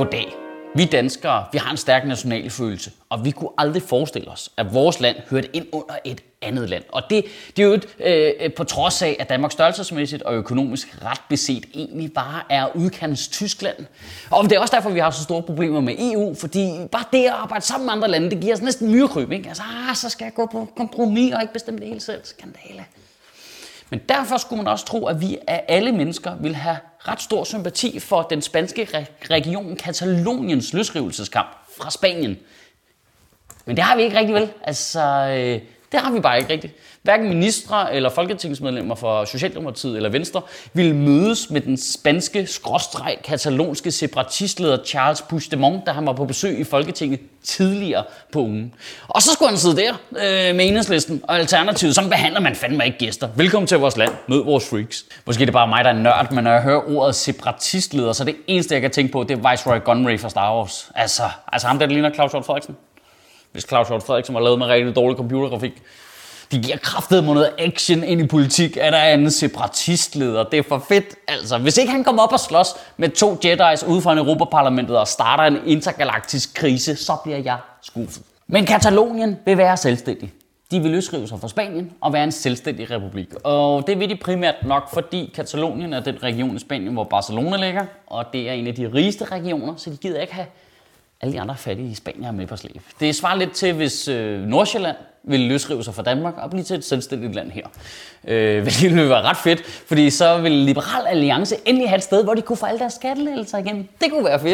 Goddag. Vi danskere, vi har en stærk nationalfølelse, og vi kunne aldrig forestille os, at vores land hørte ind under et andet land. Og det er jo på trods af, at Danmark størrelsesmæssigt og økonomisk ret beset egentlig bare er udkantens Tyskland. Og det er også derfor, vi har så store problemer med EU, fordi bare det at arbejde sammen med andre lande, det giver os næsten myrekryb, ikke? Altså, så skal jeg gå på kompromis og ikke bestemme det hele selv. Skandale. Men derfor skulle man også tro, at vi af alle mennesker vil have ret stor sympati for den spanske region Kataloniens løsrivelseskamp fra Spanien. Men det har vi ikke rigtig, vel? Altså, det har vi bare ikke rigtigt. Hverken ministre eller folketingsmedlemmer for Socialdemokratiet eller Venstre ville mødes med den spanske katalonske separatistleder Charles Puigdemont, da han var på besøg i Folketinget tidligere på ugen. Og så skulle han sidde der med Enhedslisten og Alternativet. Sådan behandler man fandme ikke gæster. Velkommen til vores land. Mød vores freaks. Måske er det bare mig, der er nørd, men når jeg hører ordet separatistleder, så er det eneste, jeg kan tænke på, det er Viceroy Gunray fra Star Wars. Altså ham, der ligner Claus Hjort Frederiksen. Hvis Claus Hjort Frederiksen var lavet med rigtig dårlig computergrafik. De giver kraftet med noget action ind i politik, er der anden separatistleder. Det er for fedt, altså. Hvis ikke han kommer op og slås med 2 Jedi's ude fra Europaparlamentet og starter en intergalaktisk krise, så bliver jeg skuffet. Men Katalonien vil være selvstændig. De vil løsrive sig fra Spanien og være en selvstændig republik. Og det vil de primært nok, fordi Katalonien er den region i Spanien, hvor Barcelona ligger. Og det er en af de rigeste regioner, så de gider ikke have alle de andre fattige spaniere med på slæb. Det svarer lidt til, hvis Nordsjælland ville løsrive sig fra Danmark og blive til et selvstændigt land her. Det ville være ret fedt, fordi så ville Liberal Alliance endelig have et sted, hvor de kunne få alle deres skattelettelser igen. Det kunne være fedt.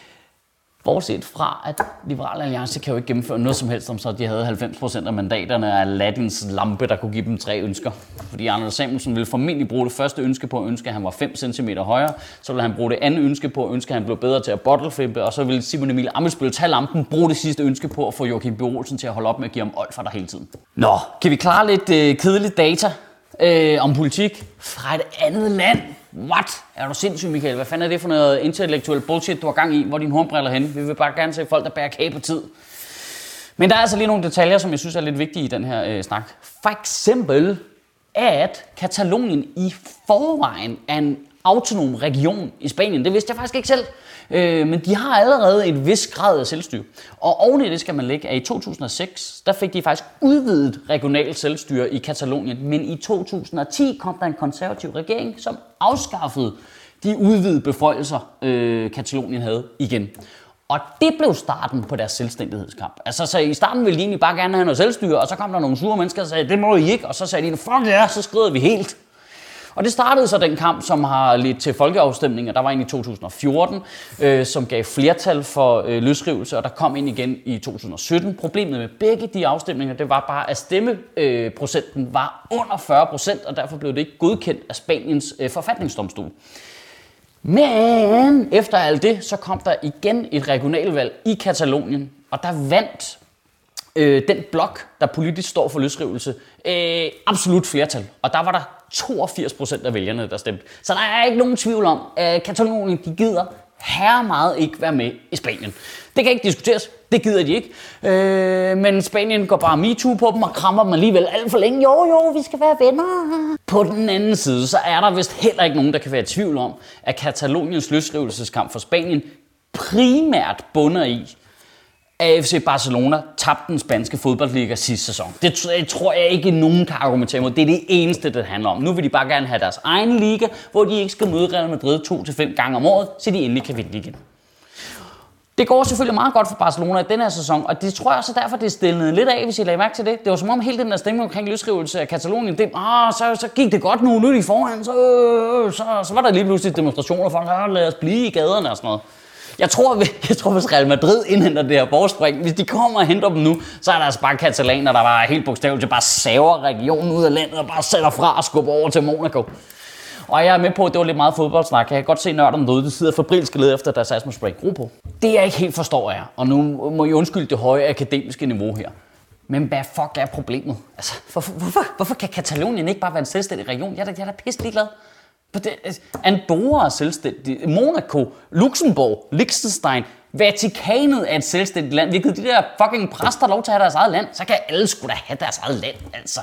Bortset fra, at Liberal Alliance kan jo ikke gennemføre noget som helst, om så de havde 90% af mandaterne af Aladdins lampe, der kunne give dem 3 ønsker. Fordi Anders Samuelsen ville formentlig bruge det første ønske på at ønske, at han var 5 cm højere. Så ville han bruge det andet ønske på at ønske, at han blev bedre til at bottleflippe. Og så ville Simon Emil Ammitzbøll tage lampen, bruge det sidste ønske på at få Joachim B. Olsen til at holde op med at give ham olfer hele tiden. Nå, kan vi klare lidt kedeligt data om politik fra et andet land? What? Er du sindssyg, Michael? Hvad fanden er det for noget intellektuel bullshit, du har gang i? Hvor er dine hornbriller henne? Vi vil bare gerne se folk, der bærer kage på tid. Men der er altså lige nogle detaljer, som jeg synes er lidt vigtige i den her snak. For eksempel, at Katalonien i forvejen er en autonom region i Spanien. Det vidste jeg faktisk ikke selv. Men de har allerede et vis grad af selvstyre. Og oven i det skal man lægge, at i 2006, der fik de faktisk udvidet regionalt selvstyre i Katalonien. Men i 2010 kom der en konservativ regering, som afskaffede de udvidede beføjelser, Katalonien havde igen. Og det blev starten på deres selvstændighedskamp. Altså, så i starten ville de egentlig bare gerne have noget selvstyre, og så kom der nogle sure mennesker, der sagde, det må I ikke. Og så sagde de, fuck ja, så skrider vi helt. Og det startede så den kamp, som har ledt til folkeafstemninger. Der var en i 2014, som gav flertal for løsrivelse, og der kom en igen i 2017. Problemet med begge de afstemninger, det var bare, at stemmeprocenten var under 40%, og derfor blev det ikke godkendt af Spaniens forfatningsdomstol. Men efter alt det, så kom der igen et regionalvalg i Katalonien, og der vandt den blok, der politisk står for løsrivelse, absolut flertal. Og der var der 82% af vælgerne, der stemte. Så der er ikke nogen tvivl om, at Katalonien, de gider herre meget ikke være med i Spanien. Det kan ikke diskuteres. Det gider de ikke. Men Spanien går bare MeToo på dem og krammer dem alligevel alt for længe. Jo, vi skal være venner. På den anden side, så er der vist heller ikke nogen, der kan være i tvivl om, at Kataloniens løsrivelseskamp for Spanien primært bunder i, at FC Barcelona tabte den spanske fodboldliga sidste sæson. Det tror jeg ikke, nogen kan argumentere mod. Det er det eneste, det handler om. Nu vil de bare gerne have deres egen liga, hvor de ikke skal møde Real Madrid 2-5 gange om året, så de endelig kan vinde igen. Det går selvfølgelig meget godt for Barcelona i denne her sæson, og det tror jeg også derfor, det er stillet lidt af, hvis I lagde mærke til det. Det var som om hele den der stemning omkring løsrivelse af Katalonien, så gik det godt nu er de foran, så var der lige pludselig demonstrationer for, lad os blive i gaderne og sådan noget. Jeg tror, hvis Real Madrid indhenter det her forspring, hvis de kommer og henter dem nu, så er der altså bare katalaner, der bare helt bogstaveligt bare saver regionen ud af landet og bare sætter fra og skubber over til Monaco. Og jeg er med på, at det var lidt meget fodboldsnak. Jeg kan godt se nørderne derude, de sidder fabrilsk led efter deres astmaspray. Ro på. Det jeg ikke helt forstår er, og nu må I undskylde det høje akademiske niveau her, men hvad fuck er problemet? Altså, hvorfor kan Katalonien ikke bare være en selvstændig region? Jeg er da pisse ligeglad. Andorra er selvstændig, Monaco, Luxembourg, Liechtenstein, Vatikanet er et selvstændigt land. Vi har givet de der fucking præster lov til at have deres eget land, så kan alle sgu da have deres eget land, altså.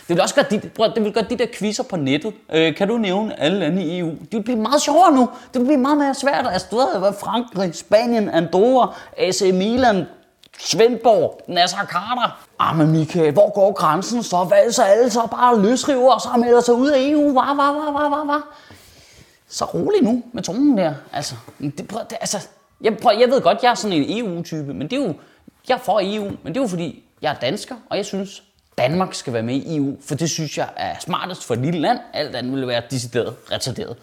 vil også gøre de der quizzer på nettet. Kan du nævne alle lande i EU? Det vil blive meget sjovere nu. Det vil blive meget mere svært. Altså, du ved, Frankrig, Spanien, Andorra, AC Milan, Svendborg, Nasser Carter. Men Michael, hvor går grænsen så? Hvad så alle så bare løsriver og så melder sig ud af EU? Hvad? Så rolig nu med tungen der. Altså, jeg ved godt, jeg er sådan en EU-type, men det er jo, jeg er for EU, men det er jo fordi, jeg er dansker, og jeg synes, Danmark skal være med i EU, for det synes jeg er smartest for et lille land. Alt andet ville være decideret retarderet.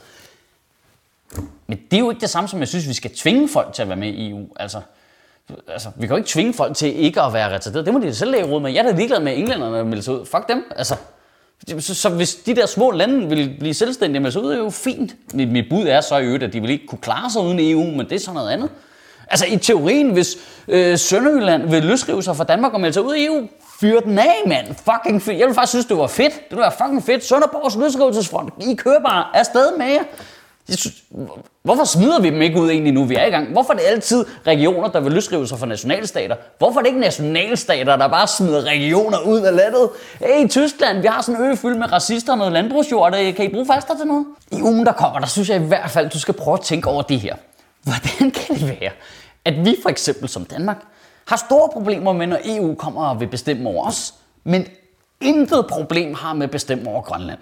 Men det er jo ikke det samme, som jeg synes, vi skal tvinge folk til at være med i EU. Altså, vi kan jo ikke tvinge folk til ikke at være retarderet. Det må de selv lægge råd med. Jeg er da ligeglad med englænderne, der melder sig ud. Fuck dem. Altså, så hvis de der små lande vil blive selvstændige og melde sig ud, er jo fint. Mit bud er så i øvrigt, at de vil ikke kunne klare sig uden EU, men det er sådan noget andet. Altså i teorien, hvis Sønderjylland vil løsrive sig fra Danmark og melde sig ud af EU, fyr den af, mand. Fucking fedt. Jeg vil faktisk synes, det var fedt. Det ville være fucking fedt. Sønderborgs løsrivelsesfront. I kører bare afsted med jer. Hvorfor smider vi dem ikke ud egentlig nu, vi er i gang? Hvorfor er det altid regioner, der vil løsrive sig fra nationalstater? Hvorfor er det ikke nationalstater, der bare smider regioner ud af landet? Hey, i Tyskland, vi har sådan en ø fyldt med racister og noget landbrugsjord. Kan I bruge faster til noget? I ugen, der kommer, der synes jeg i hvert fald, du skal prøve at tænke over det her. Hvordan kan det være, at vi for eksempel som Danmark har store problemer med, når EU kommer og vil bestemme over os, men intet problem har med at bestemme over Grønland?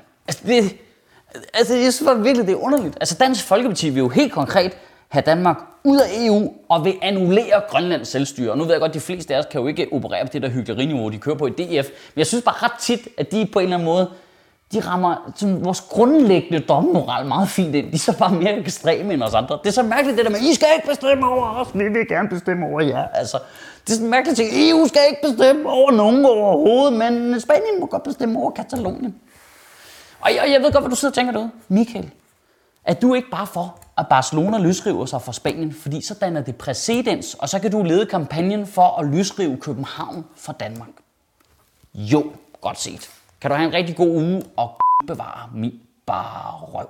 Altså, jeg synes virkelig, det er underligt. Altså, Dansk Folkeparti vil jo helt konkret have Danmark ud af EU og vil annullere Grønlands selvstyre. Og nu ved jeg godt, at de fleste af os kan jo ikke operere på det der hyggeleriniveau, de kører på i DF. Men jeg synes bare ret tit, at de på en eller anden måde, de rammer sådan, vores grundlæggende dommoral meget fint ind. De er så bare mere ekstreme end os andre. Det er så mærkeligt det der med, I skal ikke bestemme over os, vi vil gerne bestemme over jer. Altså, det er sådan mærkeligt ting. EU skal ikke bestemme over nogen overhovedet, men Spanien må godt bestemme over Katalonien. Og jeg ved godt, hvad du sidder og tænker derude. Michael, er du ikke bare for, at Barcelona løsriver sig fra Spanien, fordi så danner det præcedens, og så kan du lede kampagnen for at løsrive København fra Danmark? Jo, godt set. Kan du have en rigtig god uge og bevare min bare røv.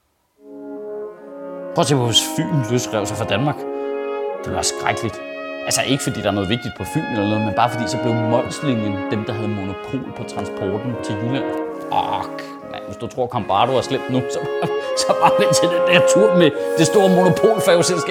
Prøv at se, hvis Fyn løsrev sig fra Danmark. Det ville være skrækkeligt. Altså ikke fordi der er noget vigtigt på Fyn eller noget, men bare fordi så blev Molslinjen dem, der havde monopol på transporten til Jylland. Hvis du tror, Cambardo er slemt nu, så bare vent til den der tur med det store monopolfærgeselskab.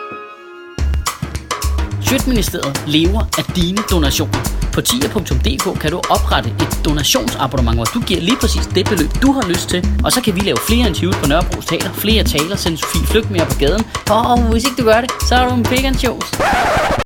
Sjøtministeriet lever af dine donationer. På tier.dk kan du oprette et donationsabonnement, hvor du giver lige præcis det beløb, du har lyst til. Og så kan vi lave flere interviews på Nørrebros Teater, flere taler, sende Sofie Flygt mere på gaden. Og hvis ikke du gør det, så er du en vegan shows.